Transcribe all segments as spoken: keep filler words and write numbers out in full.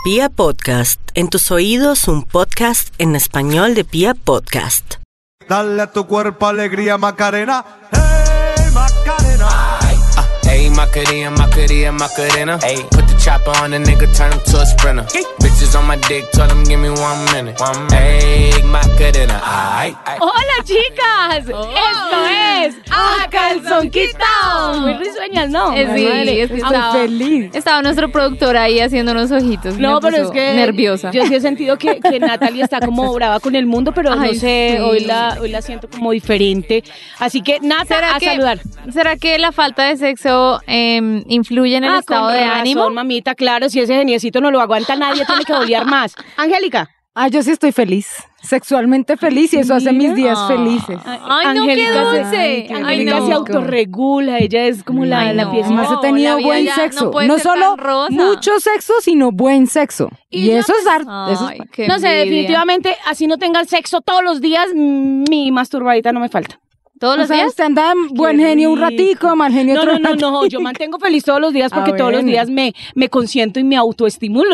Pia Podcast, en tus oídos un podcast en español de Pia Podcast. Dale a tu cuerpo alegría, Macarena. Hey, Macarena. Ay, uh, hey, Macarena, Macarena, Macarena. Hey, put the chopper on the nigga, turn him to a sprinter. Hey. Bitches on my dick, tell him give me one minute. One minute. Hey, Macarena. Ay, ay. Hola, chicas. Oh. Esto es A Calzón Quitao. Muy risueñas, ¿no? Eh, sí, Madre. es que estaba, feliz. estaba nuestro productor ahí haciendo unos ojitos. No, me pero puso es que nerviosa. yo sí he sentido que, que Natalie está como brava con el mundo, pero Ay, no sé, sí. hoy la hoy la siento como diferente. Así que Nata, ¿Será a que, saludar. ¿Será que la falta de sexo eh, influye en el Ah, estado con de razón, ánimo? mamita, claro, si ese geniecito no lo aguanta nadie, tiene que bolear más. Angélica. Ah, yo sí estoy feliz, sexualmente feliz, y eso hace mis días Ah. felices. Ay, no, qué Angélica se- dulce. Ay, qué Angélica no. se autorregula, ella es como la, Ay, la no. piecita. Además he tenido la vida buen ya sexo, no puede no ser solo tan rosa. mucho sexo, sino buen sexo. Y Y, ya eso es dar, eso Ay, es- qué No sé, envidia. definitivamente, así no tengan sexo todos los días, mm, mi masturbadita no me falta. ¿Todos o los sea, días? usted anda en buen Qué genio un rico. ratico, mal genio No, otro no, no, ratico. no, yo mantengo feliz todos los días porque Ah, todos los bueno. días me, me consiento y me autoestimulo.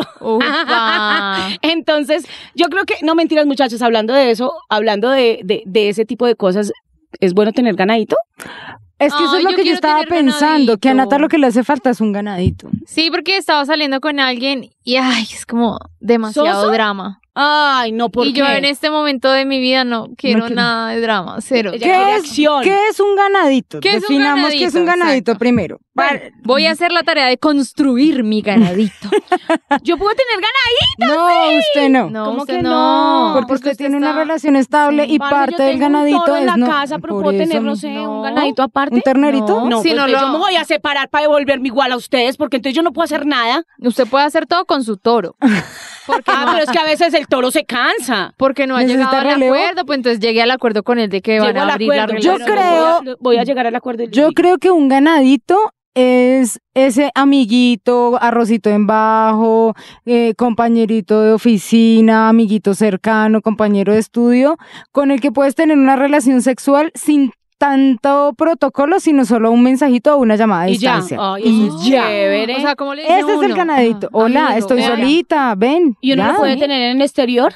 Upa. Entonces, yo creo que, no mentiras muchachos, hablando de eso, hablando de, de, de ese tipo de cosas, ¿es bueno tener ganadito? Es que eso Ay, es lo yo que yo quiero estaba tener pensando, que a ganadito. Nata lo que le hace falta es un ganadito. Sí, porque estaba saliendo con alguien y ay, es como demasiado ¿Soso? drama. Ay, no, ¿por Y qué? yo en este momento de mi vida no quiero quiero- nada de drama, cero. Ella quiere acción. ¿Qué es un ganadito? ¿Qué es un Definamos qué es un ganadito? ganadito Exacto. primero. Bueno, voy a hacer la tarea de construir mi ganadito. Yo puedo tener ganadito. No, usted no. No, ¿Cómo usted que no? no? Porque usted tiene una está- relación estable Sí. y Parce, parte yo del tengo un ganadito toro en es la no. casa, pero por puedo tener, eso no sé, un no. ganadito aparte. ¿Un ternerito? No. No, Sí, pues no yo lo- me voy a separar para devolverme igual a ustedes, porque entonces yo no puedo hacer nada. Usted puede hacer todo con su toro. Porque Ah, no, pero es que a veces el toro se cansa. porque no ha ¿Necesita llegado al relevo? acuerdo, pues entonces llegué al acuerdo con él de que van Llego a al abrir la acuerdo. Yo relación. Bueno, creo- voy a, voy a llegar al acuerdo. y les Yo digo. creo que un ganadito es ese amiguito, arrocito en bajo, eh, compañerito de oficina, amiguito cercano, compañero de estudio, con el que puedes tener una relación sexual sin tanto protocolo, sino solo un mensajito o una llamada a Y ya. distancia. Ay, y eso es ya. chévere. O sea, ¿cómo le dice Ese es el uno? ganadito. Hola, Amigo, estoy vea. solita, ven. ¿Y uno ya. lo puede tener en el exterior?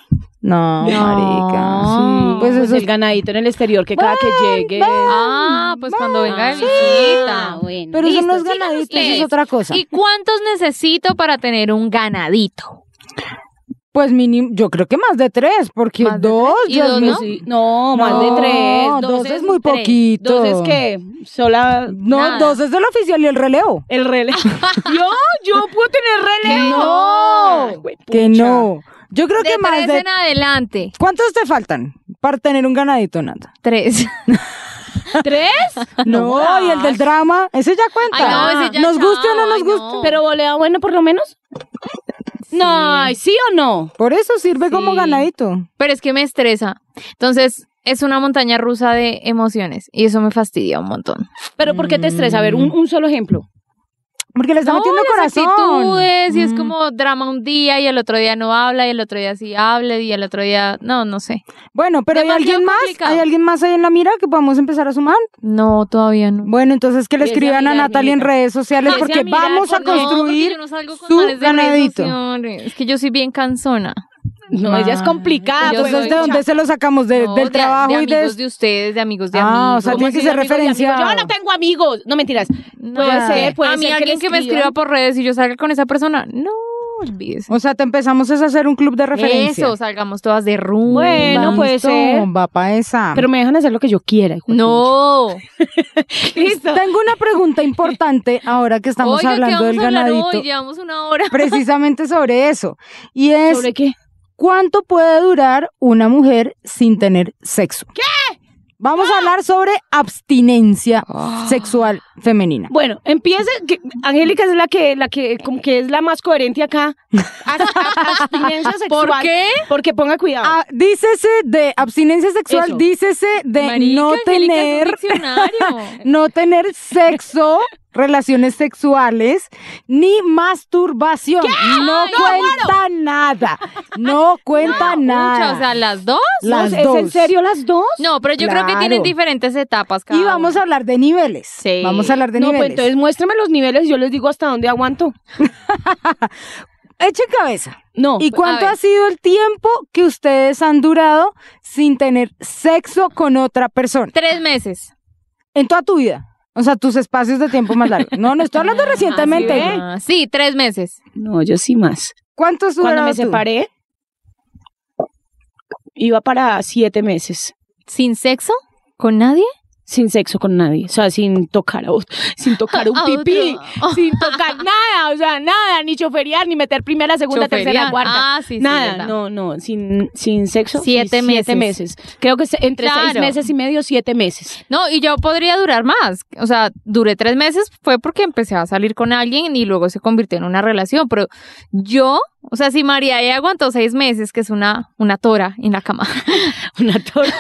No, No. marica. Sí. Pues Pues eso el es... ganadito en el exterior, que cada que llegue... Ah, pues cuando venga de Ah, visita. bueno. Pero eso no es Listo, sigan ganadito, eso es ustedes. otra cosa. ¿Y cuántos necesito para tener un ganadito? Pues mínimo, yo creo que más de tres, porque ¿Más de dos tres? ¿Y ya dos es no? muy- Sí, no, más de tres. No, Dos, dos es es muy tres. poquito. Dos es que sola... No, Nada. dos es del oficial y el relevo. El relevo. ¿Yo? ¿Yo puedo tener relevo? No, Ay, güey, que pucha. no. Yo creo De que más tres de... en adelante. ¿Cuántos te faltan para tener un ganadito, Nata? Tres. ¿Tres? No, y el del drama, ese ya cuenta. Ay, no, ese ya ¿Nos guste o no chao, nos ay, guste? no. ¿Pero volea bueno por lo menos? No, ay, ¿sí o no? Por eso sirve como Sí. ganadito. Pero es que me estresa. Entonces, es una montaña rusa de emociones. Y eso me fastidia un montón. ¿Pero por qué te estresa? A ver, un, un solo ejemplo. Porque le está No, metiendo las corazón. actitudes, y es Mm. como drama un día y el otro día no habla y el otro día sí habla y el otro día no, no sé. Bueno, pero ¿hay Demasiado alguien más? complicado. ¿Hay alguien más ahí en la mira que podamos empezar a sumar? No, todavía no. Bueno, entonces que le Empiece a escriban a mirar, Natalie en mijita. redes sociales Empiece porque a mirar, vamos a por- no, porque construir yo no salgo con su manes de redes ganadito. sociales. Es que yo soy bien cansona. No, ella es complicada. Yo pues, soy Entonces, ¿de dónde se lo sacamos? ¿De- No, del de- trabajo de y de... amigos de ustedes, de amigos de Ah, amigos. o sea, ¿Cómo tiene que así, ser amigos de amigos? referenciado. Yo no tengo amigos. No, mentiras. No. Puede ser, puede a mí ser alguien le que, me escriban. escriba por redes y yo salga con esa persona, no, olvídese. O sea, te empezamos es a hacer un club de referencia. Eso, salgamos todas de rumba. Bueno, puede Listo, ser. va pa' esa. Pero me dejan hacer lo que yo quiera. hijo de No. pucha. Listo. Tengo una pregunta importante ahora que estamos Oiga, ¿qué hablando vamos del a hablar ganadito. hoy? Llevamos una hora. Precisamente sobre eso. Y es, ¿Sobre qué? ¿cuánto puede durar una mujer sin tener sexo? ¿Qué? Vamos a hablar sobre abstinencia sexual femenina. Bueno, empiece, que Angélica es la que, la que, como que es la más coherente acá. As- a- Abstinencia sexual. ¿Por qué? Porque ponga cuidado. Ah, dícese de abstinencia sexual, Eso. dícese de Marica, no Angélica, es un tener diccionario. no tener sexo, relaciones sexuales, ni masturbación. No Ay, cuenta nada. No cuenta nada. Mucha, o sea, las dos. las ¿Es dos. en serio las dos? No, pero yo creo que Claro. tienen diferentes etapas cada Y vamos a una. hablar de niveles. Sí. Vamos a hablar de No, pues niveles. entonces muéstrame los niveles y yo les digo hasta dónde aguanto. echen cabeza. No. ¿Y cuánto a ha ver. sido el tiempo que ustedes han durado sin tener sexo con otra persona? Tres meses. En toda tu vida. O sea, tus espacios de tiempo más largos. No, no estoy hablando recientemente. ¿sí ve? Ah, sí, tres meses. No, yo sí más. ¿Cuántos Cuando duraron me separé, iba para siete meses. ¿Sin sexo? ¿Con nadie? Sin sexo con nadie, o sea, sin tocar a otro, sin tocar un A pipí, otro. sin tocar nada, o sea, nada, ni choferear, ni meter primera, segunda, tercera, Choferear. cuarta. Ah, sí, sí, nada, verdad. no, no, sin, sin sexo. Siete sí, meses. Siete meses. Creo que se- entre seis Claro. meses y medio, siete meses. No, y yo podría durar más. O sea, duré tres meses, fue porque empecé a salir con alguien y luego se convirtió en una relación. Pero yo, o sea, si María ya aguantó seis meses, que es una, una tora en la cama, Una torta.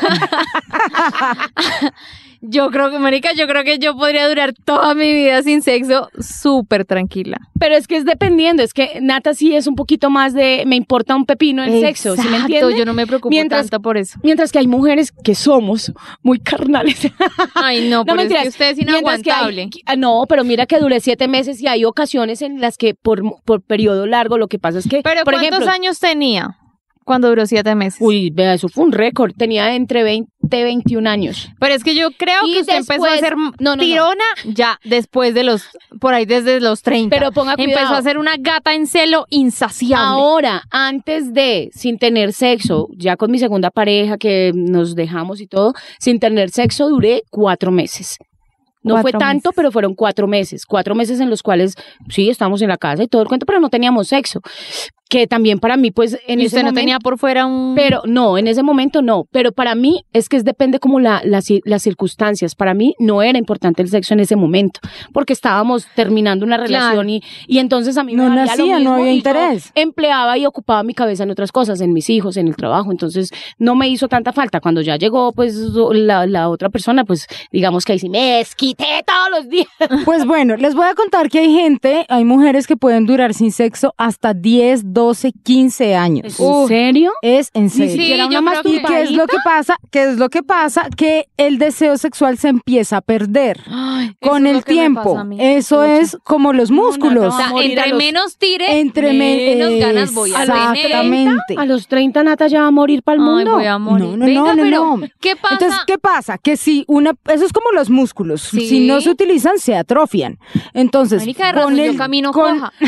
yo creo que, marica, yo creo que yo podría durar toda mi vida sin sexo súper tranquila. Pero es que es dependiendo, es que Nata sí es un poquito más de, me importa un pepino el sexo, ¿sí me Exacto, entiendes? yo no me preocupo Mientras- tanto por eso. Mientras que hay mujeres que somos muy carnales. Ay, no, pero es mentiras. que usted es Mientras que hay- inaguantable. ah, no, pero mira que duré siete meses y hay ocasiones en las que por, por periodo largo lo que pasa es que, Pero por ¿cuántos ejemplo, años tenía cuando duró siete meses? uy, vea, eso fue un récord, tenía entre veinte y veintiún años. Pero es que yo creo Y que usted empezó a después- ser no, no, no. tirona ya después de los, por ahí desde los treinta. Pero ponga cuidado. Empezó a ser una gata en celo insaciable. Ahora, antes de, sin tener sexo, ya con mi segunda pareja que nos dejamos y todo, sin tener sexo duré cuatro meses. No fue Cuatro tanto, meses. pero fueron cuatro meses. Cuatro meses en los cuales, sí, estábamos en la casa y todo el cuento, pero no teníamos sexo. Que también para mí, pues, en y ese usted no momento... tenía por fuera un... Pero no, en ese momento no. Pero para mí es que es depende como la, la ci- las circunstancias. Para mí no era importante el sexo en ese momento, porque estábamos terminando una relación Claro. y, y entonces a mí No me valía nacía, lo no mismo había y yo interés. empleaba y ocupaba mi cabeza en otras cosas, en mis hijos, en el trabajo. Entonces no me hizo tanta falta. Cuando ya llegó pues la, la otra persona, pues digamos que ahí sí me desquité todos los días. Pues bueno, les voy a contar que hay gente, hay mujeres que pueden durar sin sexo hasta diez, doce, quince años. ¿En serio? Es en serio. Sí, siquiera yo una creo ¿Y qué es lo que pasa? ¿Qué es lo que pasa? Que el deseo sexual se empieza a perder Ay, con eso es el lo que me tiempo. pasa a mí. Eso Pucha. es como los músculos. O sea, morir a entre los- menos tire, Entre me- menos ganas voy a tener. Exactamente. A los treinta Nata ya va a morir para el Ay, mundo. voy a morir. No, no, Venga, no, pero no. ¿qué pasa? Entonces, ¿qué pasa? Que si una, eso es como los músculos, Sí. si no se utilizan, se atrofian. Entonces, Marica, de razón, con yo el, camino con- coja.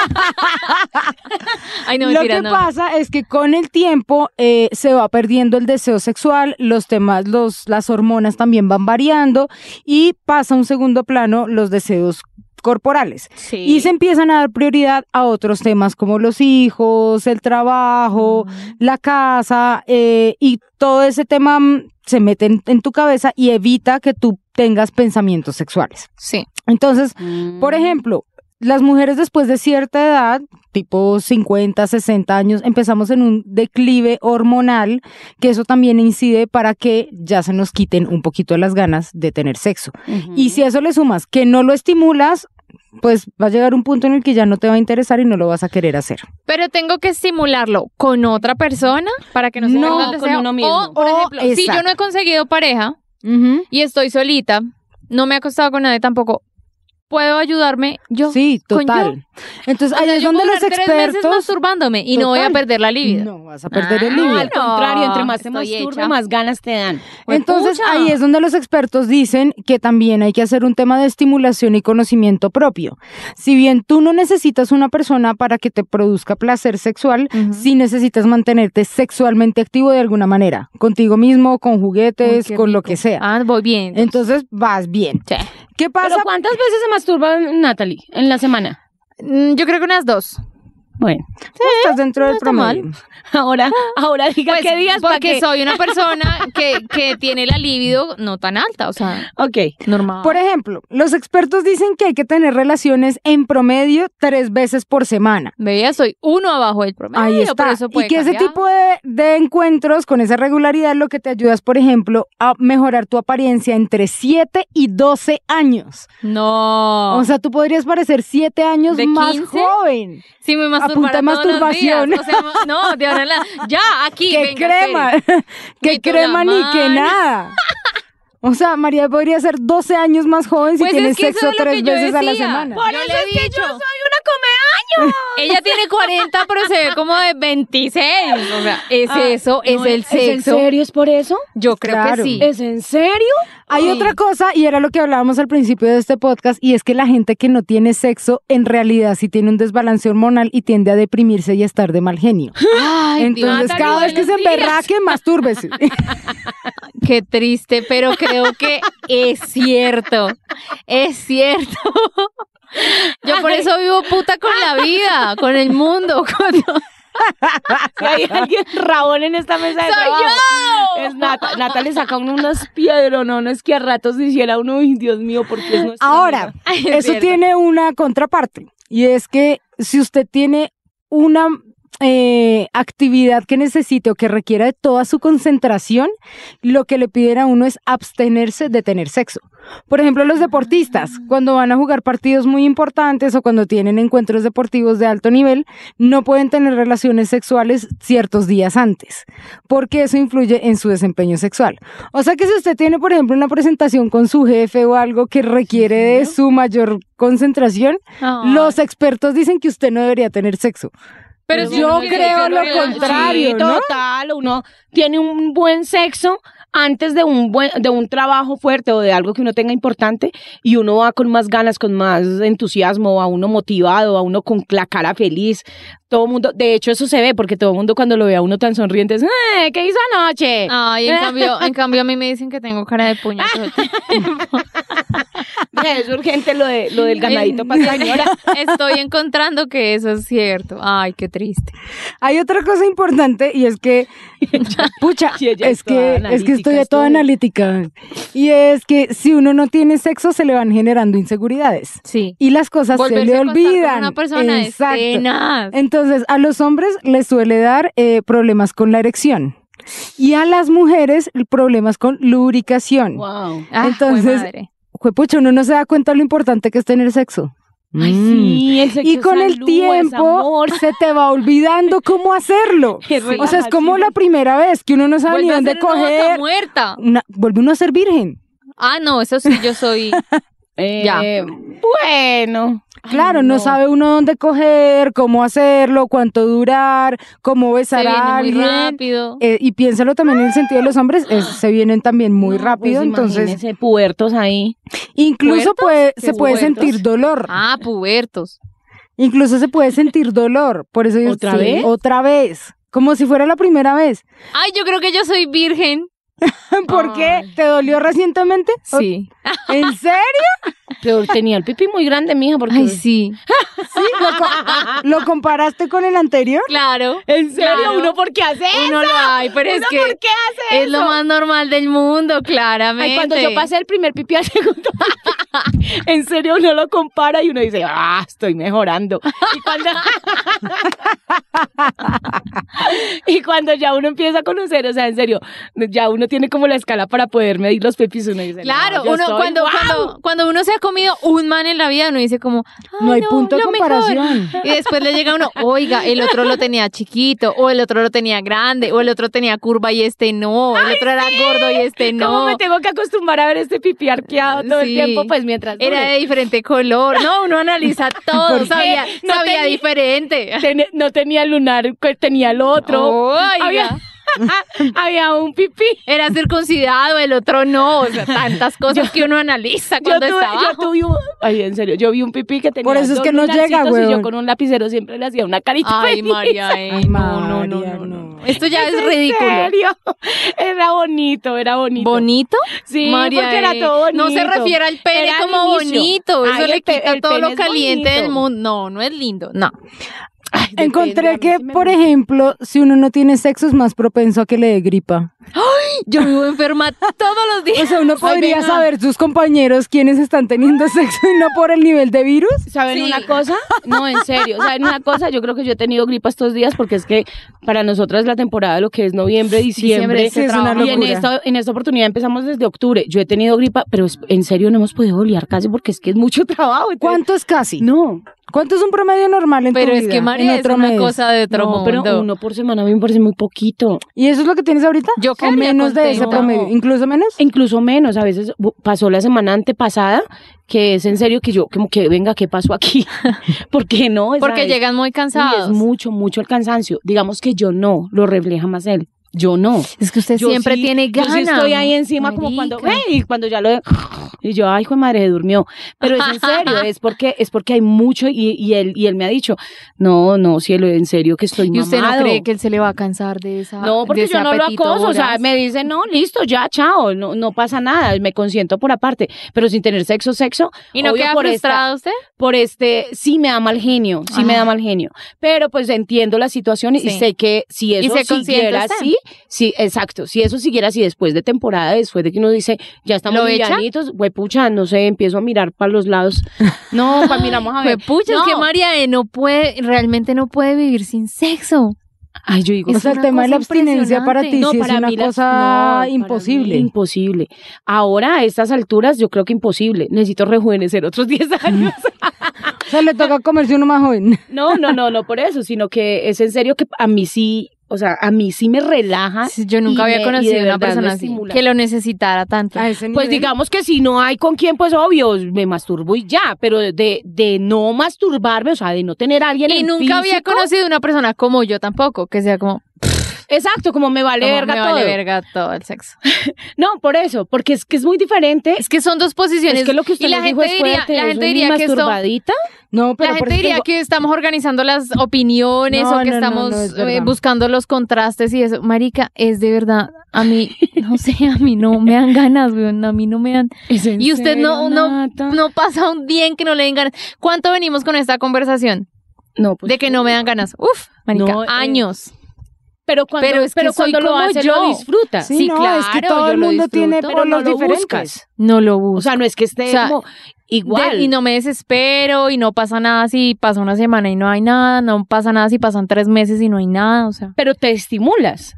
Ay, no, lo mentira, que no. pasa es que con el tiempo eh, se va perdiendo el deseo sexual, los temas, los, las hormonas también van variando y pasa a un segundo plano los deseos corporales. Sí. Y se empiezan a dar prioridad a otros temas como los hijos, el trabajo, la casa, eh, y todo ese tema mm, se mete en, en tu cabeza y evita que tú tengas pensamientos sexuales. Sí. Entonces, Mm. por ejemplo, las mujeres después de cierta edad, tipo cincuenta, sesenta años, empezamos en un declive hormonal, que eso también incide para que ya se nos quiten un poquito las ganas de tener sexo. Ujú. Y si a eso le sumas que no lo estimulas, pues va a llegar un punto en el que ya no te va a interesar y no lo vas a querer hacer. Pero tengo que estimularlo con otra persona para que no se No, pierda el con deseo. uno mismo. O, por O, ejemplo, si yo exacto. no he conseguido pareja Ujú. y estoy solita, no me he acostado con nadie tampoco, ¿puedo ayudarme yo? Sí, con total. yo. Entonces, O ahí sea, es yo donde puedo los durar tres meses expertos... masturbándome y no voy a Total. perder la libido. No vas a perder el Ah, libido. No, al contrario, entre más te Estoy masturbes, hecha. más ganas te dan. Entonces Pucha. ahí es donde los expertos dicen que también hay que hacer un tema de estimulación y conocimiento propio. Si bien tú no necesitas una persona para que te produzca placer sexual, Ujú. sí necesitas mantenerte sexualmente activo de alguna manera, contigo mismo, con Uy, juguetes, qué con lo rico. que sea. Ah, voy bien. Entonces vas bien. Sí. ¿Qué pasa? ¿Pero cuántas veces se masturba Natalie en la semana? Mm, Yo creo que unas dos. Bueno, Estás dentro no del está promedio. mal. ahora, ahora diga Pues, qué días para porque que... soy una persona que, que tiene la libido no tan alta, o sea, Ok. normal. Por ejemplo, los expertos dicen que hay que tener relaciones en promedio tres veces por semana. Veía, soy uno abajo del promedio. Ahí pero está. eso puede Y que ese cambiar. tipo de, de encuentros con esa regularidad lo que te ayuda es, por ejemplo, a mejorar tu apariencia entre siete y doce años. No. O sea, tú podrías parecer siete años ¿De más quince? joven. si me punta masturbara de todos los masturbación. días. O sea, ma- no, de ahora en la... Ya, aquí, ¡Qué venga, crema! espere. ¡Qué Meto crema la ni qué mano. nada! O sea, María podría ser doce años más joven si Pues tiene es que sexo eso es lo tres que yo veces a la decía. semana. Por eso es que yo soy una años! Ella tiene cuarenta, pero se ve como de veintiséis. O sea, ¿es Ah, eso? ¿Es no, el ¿Es en sexo? serio? ¿Es por eso? Yo creo Claro. que sí. ¿Es en serio? Hay Ay. otra cosa, y era lo que hablábamos al principio de este podcast, y es que la gente que no tiene sexo, en realidad sí tiene un desbalance hormonal y tiende a deprimirse y a estar de mal genio. Ay, Entonces, Dios, cada vez que se buenos días. emberraque, mastúrbese. Qué triste, pero creo que es cierto. Es cierto. Yo por eso vivo puta con la vida, con el mundo. Con... Si hay alguien rabón en esta mesa de ¡Soy trabajo, yo! es Nata. Nata le saca uno unas piedrononas que a ratos hiciera uno, ¡ay, Dios mío! Porque es nuestra Ahora, amiga. Ay, es eso cierto. tiene una contraparte, y es que si usted tiene una eh, actividad que necesite o que requiera de toda su concentración, lo que le piden a uno es abstenerse de tener sexo. Por ejemplo, los deportistas, cuando van a jugar partidos muy importantes o cuando tienen encuentros deportivos de alto nivel, no pueden tener relaciones sexuales ciertos días antes, porque eso influye en su desempeño sexual. O sea que si usted tiene, por ejemplo, una presentación con su jefe o algo que requiere de su mayor concentración, Ay. los expertos dicen que usted no debería tener sexo. Pero Yo si uno quiere creo que lo relaje- contrario, Sí, ¿no? total, uno tiene un buen sexo antes de un buen de un trabajo fuerte o de algo que uno tenga importante y uno va con más ganas, con más entusiasmo, va uno motivado, va uno con la cara feliz. Todo el mundo, de hecho eso se ve porque todo el mundo cuando lo ve a uno tan sonriente es, "Eh, ¿qué hizo anoche?" Ay, en cambio, en cambio a mí me dicen que tengo cara de puño todo el tiempo. Es urgente lo de lo del ganadito para la señora. Estoy encontrando que eso es cierto. Ay, qué triste. Hay otra cosa importante y es que, pucha, Sí, ella es es toda que, es que analítica, estoy es toda todo. analítica. Y es que si uno no tiene sexo, se le van generando inseguridades. Sí. Y las cosas se Volverse le a acostar con olvidan. una persona es Exacto. tenaz. Entonces, a los hombres les suele dar eh, problemas con la erección. Y a las mujeres problemas con lubricación. Wow. Ah, Entonces, juemadre. Juepucha, uno no se da cuenta de lo importante que es tener sexo. Ay, Mm. sí, el sexo Y con es el salud, es tiempo amor. se te va olvidando cómo hacerlo. Es O sea, es como relajación. la primera vez que uno no sabe ni Vuelve a dónde ser una vaca coger. muerta. Una- vuelve uno a ser virgen. Ah, no, eso sí, yo soy. Eh, Ya. Bueno. Claro, Ay, no. sabe uno dónde coger, cómo hacerlo, cuánto durar, cómo Se besar viene a muy alguien. rápido. Eh, y piénsalo también en el sentido de los hombres, es- se vienen también muy No, rápido, pues entonces imagínese, puertos ahí. incluso ¿Puertos? puede, ¿Qué se puede puertos? sentir dolor. Ah, pubertos. Incluso se puede sentir dolor. Por eso yo- ¿Otra sí, vez? Otra vez. Como si fuera la primera vez. Ay, yo creo que yo soy virgen. ¿Por qué? ¿Te dolió recientemente? Sí. ¿En serio? Pero tenía el pipí muy grande, mija, porque... Ay, sí. ¿Sí? ¿Lo, co- ¿Lo comparaste con el anterior? Claro. ¿En serio? Claro. ¿Uno por qué hace Uno eso? lo hay, pero es ¿Uno que por qué hace es lo eso? más normal del mundo, claramente. Ay, cuando yo pasé el primer pipí al segundo, en serio uno lo compara y uno dice, ah, estoy mejorando. Y cuando, y cuando ya uno empieza a conocer, o sea, en serio, ya uno tiene como la escala para poder medir los pipis, uno dice, Claro, no, yo uno estoy, cuando, ¡guau! cuando, cuando uno se ha comido un man en la vida, uno dice como, "Ay, No hay punto de lo mejor". comparación. Y después le llega uno, oiga, el otro lo tenía chiquito, o el otro lo tenía grande, o el otro tenía curva y este no, el otro era gordo y este ¿Cómo no. me tengo que acostumbar a ver este pipí arqueado todo Sí. el tiempo? Pues mientras Era dure. de diferente color, no, uno analiza todo, ¿Por qué? sabía, No sabía tenía- diferente. Ten- no tenía el lunar, que tenía el otro. Oiga. Había, había un pipí. Era circuncidado, el otro no, o sea, tantas cosas que uno analiza Yo cuando tuve, está yo abajo. tuve un, ay, en serio, yo vi un pipí que tenía Por eso es dos que no llega, lunarcitos y yo weón. con un lapicero siempre le hacía una carita Ay, feliz. María, eh, Ay, no, no, no, María, no, no. no. Esto ya es, en ridículo. serio. Era bonito, era bonito. ¿Bonito? Sí, María, porque era eh, todo bonito. No se refiere al pene Era al como inicio. bonito. Eso Ay, le el pe- quita el todo pene lo es caliente bonito. del mundo. No, no es lindo. No. Ay, depende, a Encontré mí que, sí me por gusta. ejemplo, si uno no tiene sexo es más propenso a que le dé gripa. Yo vivo enferma todos los días. O sea, uno podría venga. saber sus compañeros quiénes están teniendo sexo y no por el nivel de virus. ¿Saben Sí. una cosa? No, en serio. ¿Saben una cosa? Yo creo que yo he tenido gripa estos días porque es que para nosotras la temporada de lo que es noviembre, diciembre, Diciembre, sí, es una y en locura. esta, en esta oportunidad empezamos desde octubre. Yo he tenido gripa, pero es- en serio no hemos podido olear casi porque es que es mucho trabajo. entonces- ¿Cuánto es casi? No, ¿Cuánto es un promedio normal en Pero tu es vida? que María En es otro una mes. cosa de otro No, mundo. pero uno por semana a mí me parece muy poquito. ¿Y eso es lo que tienes ahorita? Yo ¿O quedaría menos de ese contenta. promedio? ¿Incluso menos? Incluso menos, a veces bu- pasó la semana antepasada, que es en serio que yo, como que, venga, ¿qué pasó aquí? ¿Por qué no? Esa Porque es- llegan muy Uy, cansados. es mucho, mucho el cansancio. Digamos que yo no, lo refleja más él. Yo no. Es que usted Yo siempre sí- tiene ganas. Yo sí estoy ahí encima como cuando, marica. hey, y cuando ya lo... Y yo, ay, hijo de madre, se durmió. Pero es en serio, es porque, es porque hay mucho y, y, él, y él me ha dicho, no, no, cielo, en serio que estoy ¿Y usted mamado. no cree que él se le va a cansar de esa No, de porque ese yo no lo apetito acoso, o sea, voraz? me dice, no, listo, ya, chao, no, no pasa nada, me consiento por aparte, pero sin tener sexo, sexo. ¿Y no obvio, queda por frustrada usted? Por este, sí me da mal genio, sí me Ah. da mal genio, pero pues entiendo la situación y Sí. sé que si ¿Y eso se consiente siguiera usted? así, sí, exacto, si eso siguiera así después de temporada, después de que uno dice, ya estamos ¿Lo echa? livianitos, pues pucha, no sé, empiezo a mirar para los lados, no, pues miramos a ver. Pues pucha, es que No. María E no puede, realmente no puede vivir sin sexo. Ay, yo digo, O Es sea, el una tema de la cosa abstinencia para ti impresionante. sí es una mí las- cosa no, para mí imposible. imposible. Ahora, a estas alturas, yo creo que imposible. Necesito rejuvenecer otros diez años. O sea, le toca comerse uno más joven. No, no, no, no por eso, sino que es en serio que a mí sí, o sea, a mí sí me relaja. Sí, Yo nunca y había me- y conocido de una verdad me persona así estimula. que lo necesitara tanto. A ese Pues nivel. digamos que si no hay con quién, pues obvio, me masturbo y ya, pero de, de no masturbarme, o sea, de no tener a alguien Y en nunca había físico, conocido una persona como yo tampoco, que sea como, exacto, como me vale como verga me todo. vale verga todo el sexo. No, por eso, porque es que es muy diferente. Es que son dos posiciones. Es que lo que usted y la nos gente dijo es diría, fuerte, la eso gente es diría mi que esto, masturbadita. No, pero la por gente eso diría tengo- que estamos organizando las opiniones No, o que no, no, estamos no es verdad. eh, buscando los contrastes y eso. Marica, es de verdad, a mí, no sé, a mí no me dan ganas, weón, a mí no me dan. Y usted no, no, no pasa un día en que no le den ganas. ¿Cuánto venimos con esta conversación? No, pues, De que no me dan ganas. Uf, marica, No, eh, años. Pero cuando, Pero es que soy cuando lo como hace, yo. lo disfruta. Sí, Sí, no, claro, es que todo yo el lo mundo tiene disfruto. Pero no polos lo diferentes. buscas. No lo busco. O sea, no es que esté O sea, como igual. De- y no me desespero y no pasa nada si pasa una semana y no hay nada, no pasa nada si pasan tres meses y no hay nada, o sea. Pero te estimulas.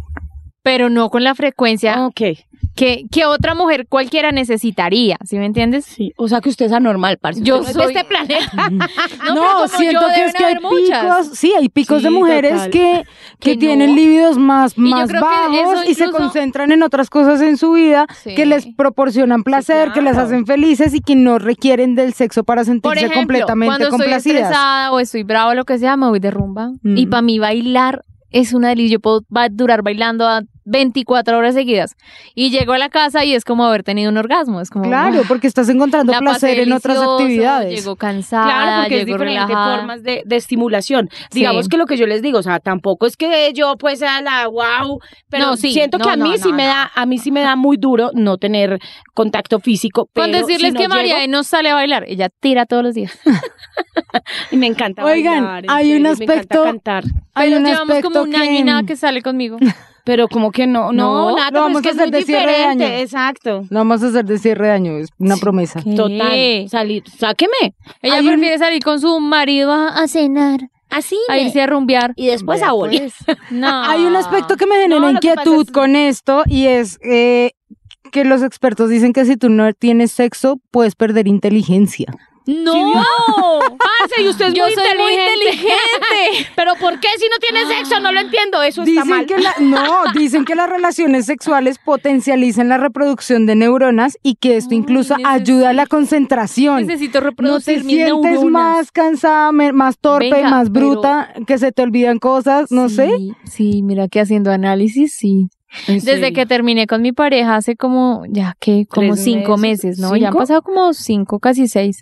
Pero no con la frecuencia Ok. que, que otra mujer cualquiera necesitaría, ¿sí me entiendes? Sí. O sea que usted es anormal, parce. Yo Usted no es soy- de este planeta. No, No, pero como siento yo, que deben es que hay haber muchas. picos, sí, hay picos de Sí, mujeres total. que, que Que tienen no. líbidos más, yo más creo que bajos eso y se incluso- concentran en otras cosas en su vida Sí. que les proporcionan placer, que las claro. hacen felices y que no requieren del sexo para Por sentirse ejemplo, completamente cuando estoy complacidas. estresada o estoy brava o lo que sea, me voy de rumba. Mm. Y para mí bailar es una delicia. Yo puedo ba- durar bailando a veinticuatro horas seguidas. Y llego a la casa y es como haber tenido un orgasmo. Es como, Claro, ¡ah! porque estás encontrando La pasé placer en otras delicioso, actividades. Llego cansada, Claro, porque es llego diferente relajada. formas de, de estimulación. Sí. Digamos que lo que yo les digo, o sea, tampoco es que yo pues sea la wow, pero No, sí, siento no, que a mí no, sí no, me no. da, a mí sí me da muy duro no tener contacto físico. Con pero decirles si no que María llego- E no sale a bailar, ella tira todos los días. y me encanta Oigan, bailar, en hay un serio, me encanta aspecto- cantar. Hay Pero un llevamos como aspecto un año y que- nada que sale conmigo. Pero como que no, no, No, nada, lo pero vamos es que a es hacer muy de cierre de diferente, año. exacto. Lo vamos a hacer de cierre de año, es una promesa. ¿Qué? Total, salir, sáqueme. Ella Hay un- prefiere salir con su marido a, a cenar, Así. a irse a rumbear. Y después Vea, a Oli. pues. No. Hay un aspecto que me genera No, lo que inquietud pasa es- con esto y es eh, que los expertos dicen que si tú no tienes sexo puedes perder inteligencia. ¡No! Parce, y usted es Yo muy soy muy inteligente. inteligente. Pero ¿por qué si no tiene sexo? No lo entiendo, eso está Dicen mal. que la- no, dicen que las relaciones sexuales potencializan la reproducción de neuronas y que esto Ay, incluso necesito- ayuda a la concentración. Necesito No te reproducir mis sientes neuronas. más cansada, me- más torpe, Venga, más pero- bruta, que se te olvidan cosas, no Sí, sé. Sí, mira que haciendo análisis, sí. Desde que terminé con mi pareja hace como, ya que, como Tres cinco meses. meses, ¿no? Ya han ¿Cinco? pasado como cinco, casi seis.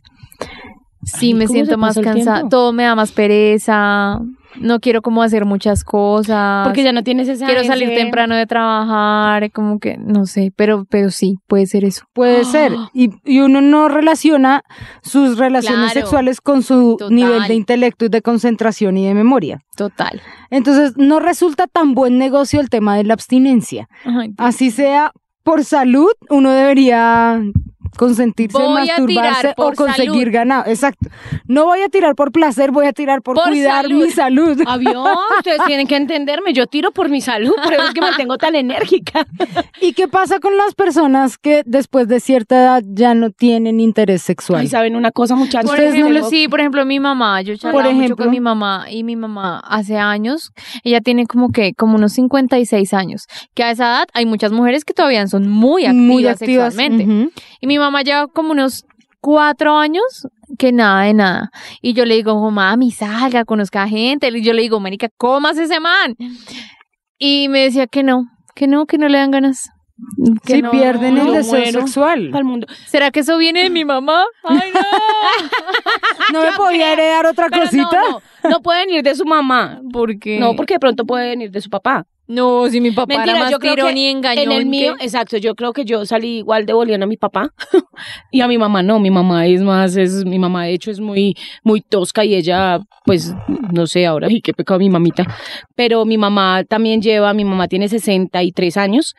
Sí, Ay, me ¿cómo siento se más pasa el cansada. tiempo? Todo me da más pereza. No quiero como hacer muchas cosas. Porque ya no tienes esa Quiero salir ese- temprano de trabajar, como que, no sé, pero, pero sí, puede ser eso. Puede ser. Y, y uno no relaciona sus relaciones Claro. sexuales con su Total. nivel de intelecto y de concentración y de memoria. Total. Entonces, no resulta tan buen negocio el tema de la abstinencia. Ay, Dios. Así sea por salud, uno debería consentirse, Voy a masturbarse tirar por o conseguir salud. ganado. Exacto. No voy a tirar por placer, voy a tirar por, Por cuidar salud. mi salud. Avión, ustedes tienen que entenderme, yo tiro por mi salud, por eso es que me mantengo tan enérgica. ¿Y qué pasa con las personas que después de cierta edad ya no tienen interés sexual? Ay, ¿saben una cosa, muchachos? Por Ustedes no ejemplo, les- sí, por ejemplo, mi mamá, yo charlaba Por mucho ejemplo. con mi mamá y mi mamá hace años, ella tiene como que, como unos cincuenta y seis años, que a esa edad hay muchas mujeres que todavía son muy activas, Muy activas. sexualmente. Ujú. Y mi mamá lleva como unos cuatro años que nada de nada. Y yo le digo, oh, mami, salga, conozca gente. Y yo le digo, marica, cómase ese man. Y me decía que no, que no, que no le dan ganas. Que Sí, no, pierden no, el yo deseo muero. sexual. Al mundo. ¿Será que eso viene de mi mamá? Ay, no. ¿No me podía heredar otra Pero cosita? no, no, no puede venir de su mamá. ¿Por qué? No, porque de pronto puede venir de su papá. No, si mi papá era Mentira, más yo creo tirón que y engañón. en el mío, que- exacto, yo creo que yo salí igual de boliana a mi papá y a mi mamá no, mi mamá es más, es mi mamá de hecho es muy, muy tosca y ella, pues, no sé ahora, y qué pecado mi mamita, pero mi mamá también lleva, mi mamá tiene sesenta y tres años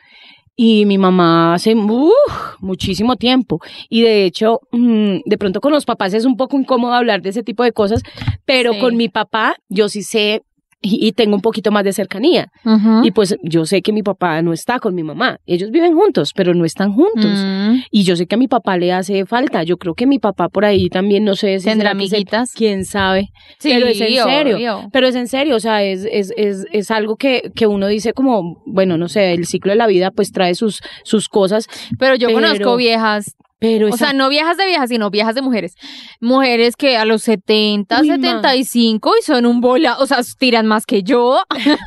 y mi mamá hace uf, muchísimo tiempo y de hecho, mm, de pronto con los papás es un poco incómodo hablar de ese tipo de cosas, pero Sí. con mi papá yo sí sé y, y tengo un poquito más de cercanía. Ujú. Y pues yo sé que mi papá no está con mi mamá. Ellos viven juntos, pero no están juntos. Mm. Y yo sé que a mi papá le hace falta. Yo creo que mi papá por ahí también, no sé si ¿Tendrá será que se- amiguitas? quién sabe. Sí, pero es en serio. obvio. Pero es en serio, o sea, es, es, es, es algo que, que uno dice como, bueno, no sé, el ciclo de la vida pues trae sus, sus cosas. Pero yo Pero- conozco viejas, Pero o esa- sea, no viejas de viejas, sino viejas de mujeres. Mujeres que a los setenta, Uy, setenta y cinco y son un bola, o sea, tiran más que yo.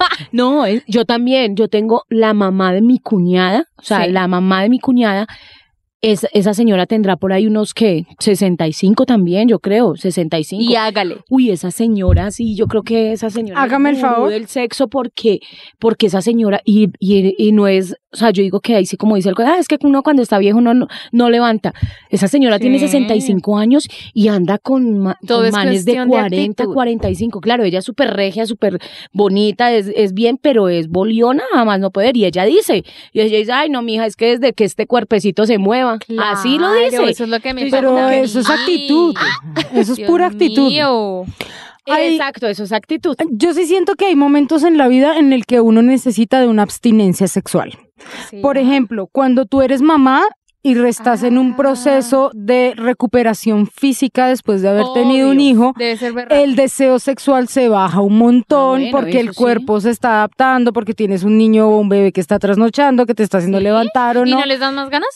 No, es- yo también, yo tengo la mamá de mi cuñada, o sea, Sí. la mamá de mi cuñada, es, esa señora tendrá por ahí unos, ¿qué? sesenta y cinco también, yo creo, sesenta y cinco. Y hágale. Uy, esa señora, sí, yo creo que esa señora Hágame el es gurú favor. del sexo porque, porque esa señora, y, y, y no es, o sea, yo digo que ahí sí como dice el ah, es que uno cuando está viejo no, no, no levanta. Esa señora Sí. tiene sesenta y cinco años y anda con, ma- Todo con es manes de cuestión de cuarenta, actitud. cuarenta y cinco. Claro, ella es súper regia, súper bonita, es, es bien, pero es boliona, jamás no poder. Y ella dice, y ella dice, ay, no, mija, es que desde que este cuerpecito se mueva. Así lo Claro, dice. Eso es lo que me Pero pasa a mí. eso es actitud. Eso es Dios pura actitud. mío. Ay, Exacto, eso es actitud. Yo sí siento que hay momentos en la vida en el que uno necesita de una abstinencia sexual. Sí. Por ejemplo, cuando tú eres mamá y estás en un Ah. proceso de recuperación física después de haber tenido un Obvio, hijo, Debe ser verdad. el deseo sexual se baja un montón Ah, bueno, porque el eso sí. cuerpo se está adaptando, porque tienes un niño o un bebé que está trasnochando, que te está haciendo ¿Sí? levantar o ¿Y no. no les dan más ganas?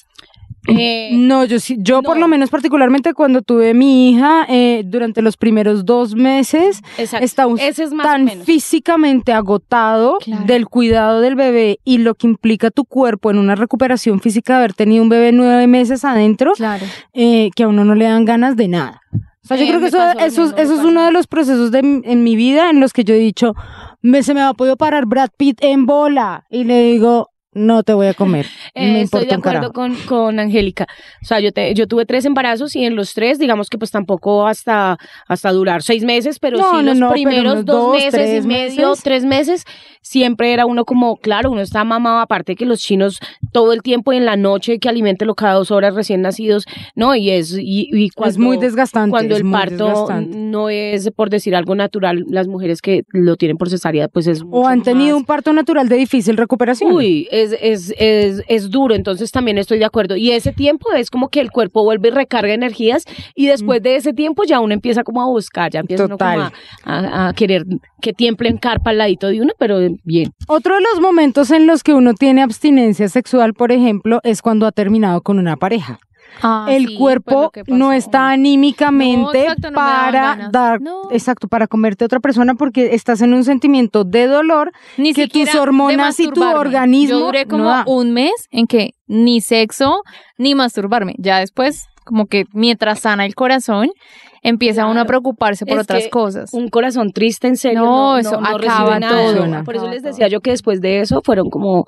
Eh, No, yo sí, yo por no. lo menos particularmente cuando tuve mi hija, eh, durante los primeros dos meses, exacto. está un- Ese es más o tan menos. físicamente agotado Claro. del cuidado del bebé y lo que implica tu cuerpo en una recuperación física de haber tenido un bebé nueve meses adentro, Claro. eh, que a uno no le dan ganas de nada. O sea, yo Eh, creo que me eso, pasó lo eso, mismo, me eso es pasó. uno de los procesos de, mi- en mi vida en los que yo he dicho, me, se me va a poder parar Brad Pitt en bola. Y le digo, no te voy a comer. Eh, me estoy importa de un acuerdo carajo. con, con Angélica. O sea, yo, te, yo tuve tres embarazos y en los tres, digamos que pues tampoco hasta, hasta durar seis meses, pero No, sí no, los no, pero primeros unos dos, dos, meses tres y medio, meses. tres meses, siempre era uno como, claro, uno está mamado, aparte que los chinos todo el tiempo y en la noche que alimentelo cada dos horas recién nacidos, ¿no? Y es, y, y cuando, es muy desgastante. cuando es el muy parto desgastante. no es, por decir algo natural, las mujeres que lo tienen por cesárea, pues es O mucho han tenido más- un parto natural de difícil recuperación. Uy, es, es, es, es duro, entonces también estoy de acuerdo. Y ese tiempo es como que el cuerpo vuelve y recarga energías y después de ese tiempo ya uno empieza como a buscar, ya empieza uno como Total. a, a- a querer que tiemple en carpa al ladito de uno, pero bien. Otro de los momentos en los que uno tiene abstinencia sexual, por ejemplo, es cuando ha terminado con una pareja. Ah, el sí, cuerpo pues lo que pasó. no está anímicamente No, exacto, no me daban para ganas. dar, No. exacto, para comerte a otra persona porque estás en un sentimiento de dolor Ni que siquiera tus hormonas de y tu masturbarme. organismo Yo duré como no da. un mes en que ni sexo ni masturbarme. Ya después, como que mientras sana el corazón, empieza Claro. uno a preocuparse por Es otras que cosas. Un corazón triste, en serio. No, No, eso no, no acaba recibe nada. todo. Por eso Acaba les todo. decía yo que después de eso fueron como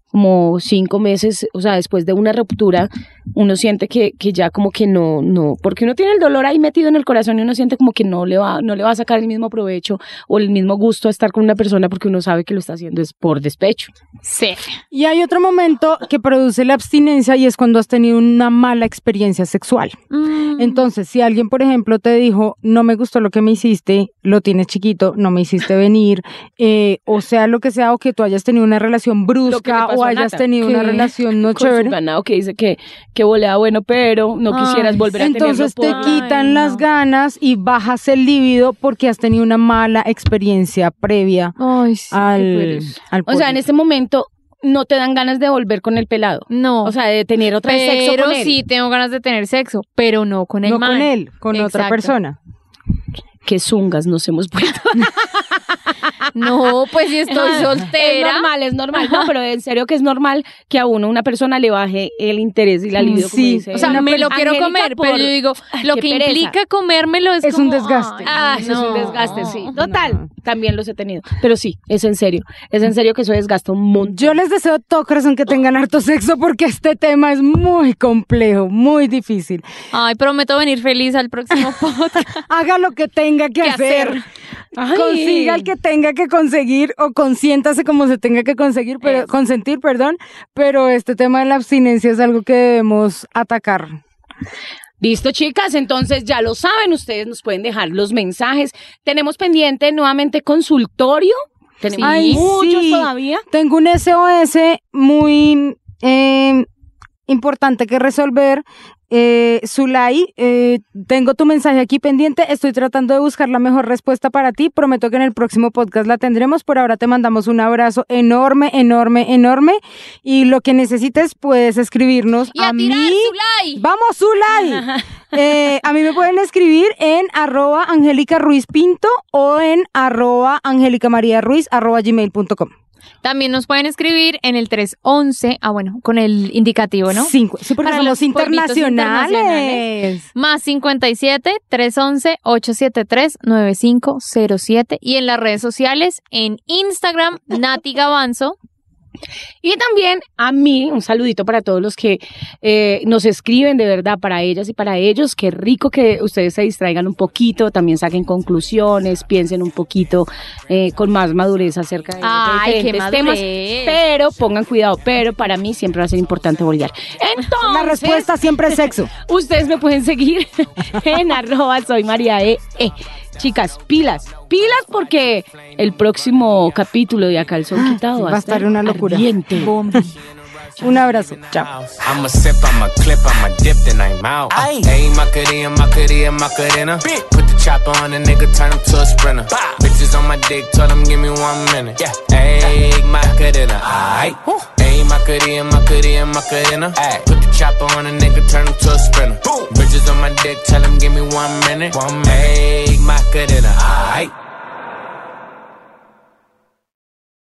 como cinco meses, o sea, después de una ruptura, uno siente que, que ya como que no, no, porque uno tiene el dolor ahí metido en el corazón y uno siente como que no le va, no le va a sacar el mismo provecho o el mismo gusto a estar con una persona porque uno sabe que lo está haciendo es por despecho. Sí. Y hay otro momento que produce la abstinencia y es cuando has tenido una mala experiencia sexual. Mm. Entonces, si alguien, por ejemplo, te dijo, no me gustó lo que me hiciste, lo tienes chiquito, no me hiciste venir, eh, o sea, lo que sea, o que tú hayas tenido una relación brusca o hayas tenido ¿Qué? una relación no con chévere. su ganado que dice que, que volea bueno, pero no quisieras Ay, volver a tenerlo. Entonces te por- quitan Ay, las no. ganas y bajas el líbido porque has tenido una mala experiencia previa Ay, sí, qué al, pereza. al O sea, en pollo. este momento no te dan ganas de volver con el pelado. No. O sea, de tener otra vez sexo pero con él. sí tengo ganas de tener sexo, pero no con el no man. con él, con otra Exacto. persona. Qué zungas nos hemos vuelto. No, pues si estoy Es soltera. normal, es normal. No, pero en serio que es normal que a uno, una persona, le baje el interés y la libido, como Sí. dice. O sea, Una me per- lo quiero Angélica comer, por- pero yo digo, Ay, lo qué que pereza. implica comérmelo es Es como, un desgaste. ay, Eso es un no. desgaste, sí. No. Total, también los he tenido. Pero sí, es en serio. Es en serio que eso desgasta un montón. Yo les deseo de todo corazón que tengan harto sexo porque este tema es muy complejo, muy difícil. Ay, prometo venir feliz al próximo podcast. Haga lo que tenga que ¿Qué hacer. hacer? Ay. Consiga el que tenga que conseguir o consiéntase como se tenga que conseguir, pero Eso. consentir, perdón, pero este tema de la abstinencia es algo que debemos atacar. Listo, chicas, entonces ya lo saben, ustedes nos pueden dejar los mensajes. Tenemos pendiente nuevamente consultorio. Tenemos Ay, muchos sí. todavía. Tengo un S O S muy eh, importante que resolver. Eh, Zulay, eh, tengo tu mensaje aquí pendiente, estoy tratando de buscar la mejor respuesta para ti, prometo que en el próximo podcast la tendremos. Por ahora te mandamos un abrazo enorme, enorme, enorme, y lo que necesites puedes escribirnos Y a, a tirar mí. su like. ¡Vamos, Zulay! Eh, a mí me pueden escribir en arroba Angélica Ruiz Pinto o en arroba Angélica María Ruiz arroba gmail punto com. También nos pueden escribir en el tres once, ah bueno, con el indicativo, ¿no? Cinco. Sí, porque Para somos los polvitos internacionales. internacionales. Más cincuenta y siete, trescientos once, ochocientos setenta y tres, noventa y cinco cero siete. Y en las redes sociales, en Instagram, Nati Gavanzo. Y también a mí, un saludito para todos los que eh, nos escriben, de verdad, para ellas y para ellos. Qué rico que ustedes se distraigan un poquito, también saquen conclusiones, piensen un poquito eh, con más madurez acerca de, de Ay, qué diferentes temas. madurez. Pero pongan cuidado, pero para mí siempre va a ser importante voltear. Entonces, La respuesta siempre es sexo. ustedes me pueden seguir en arroba soy María E. E. Chicas, pilas, pilas porque el próximo capítulo de A Calzón Quitado va a estar una locura. ardiente. Un abrazo. Chao. I'ma sip, I'ma clip, I'ma dip, then I'm out. Ayy, Macarena, Macarena, Macarena. Put the chopper on the nigga, turn him to a sprinter. Bitches on my dick, tell them give me one minute. Ayy, Macarena, aight. Ayy, Macarena, Macarena, Macarena. Put the chopper on the nigga, turn him to a sprinter. Bitches on my dick, tell them give me one minute. One minute.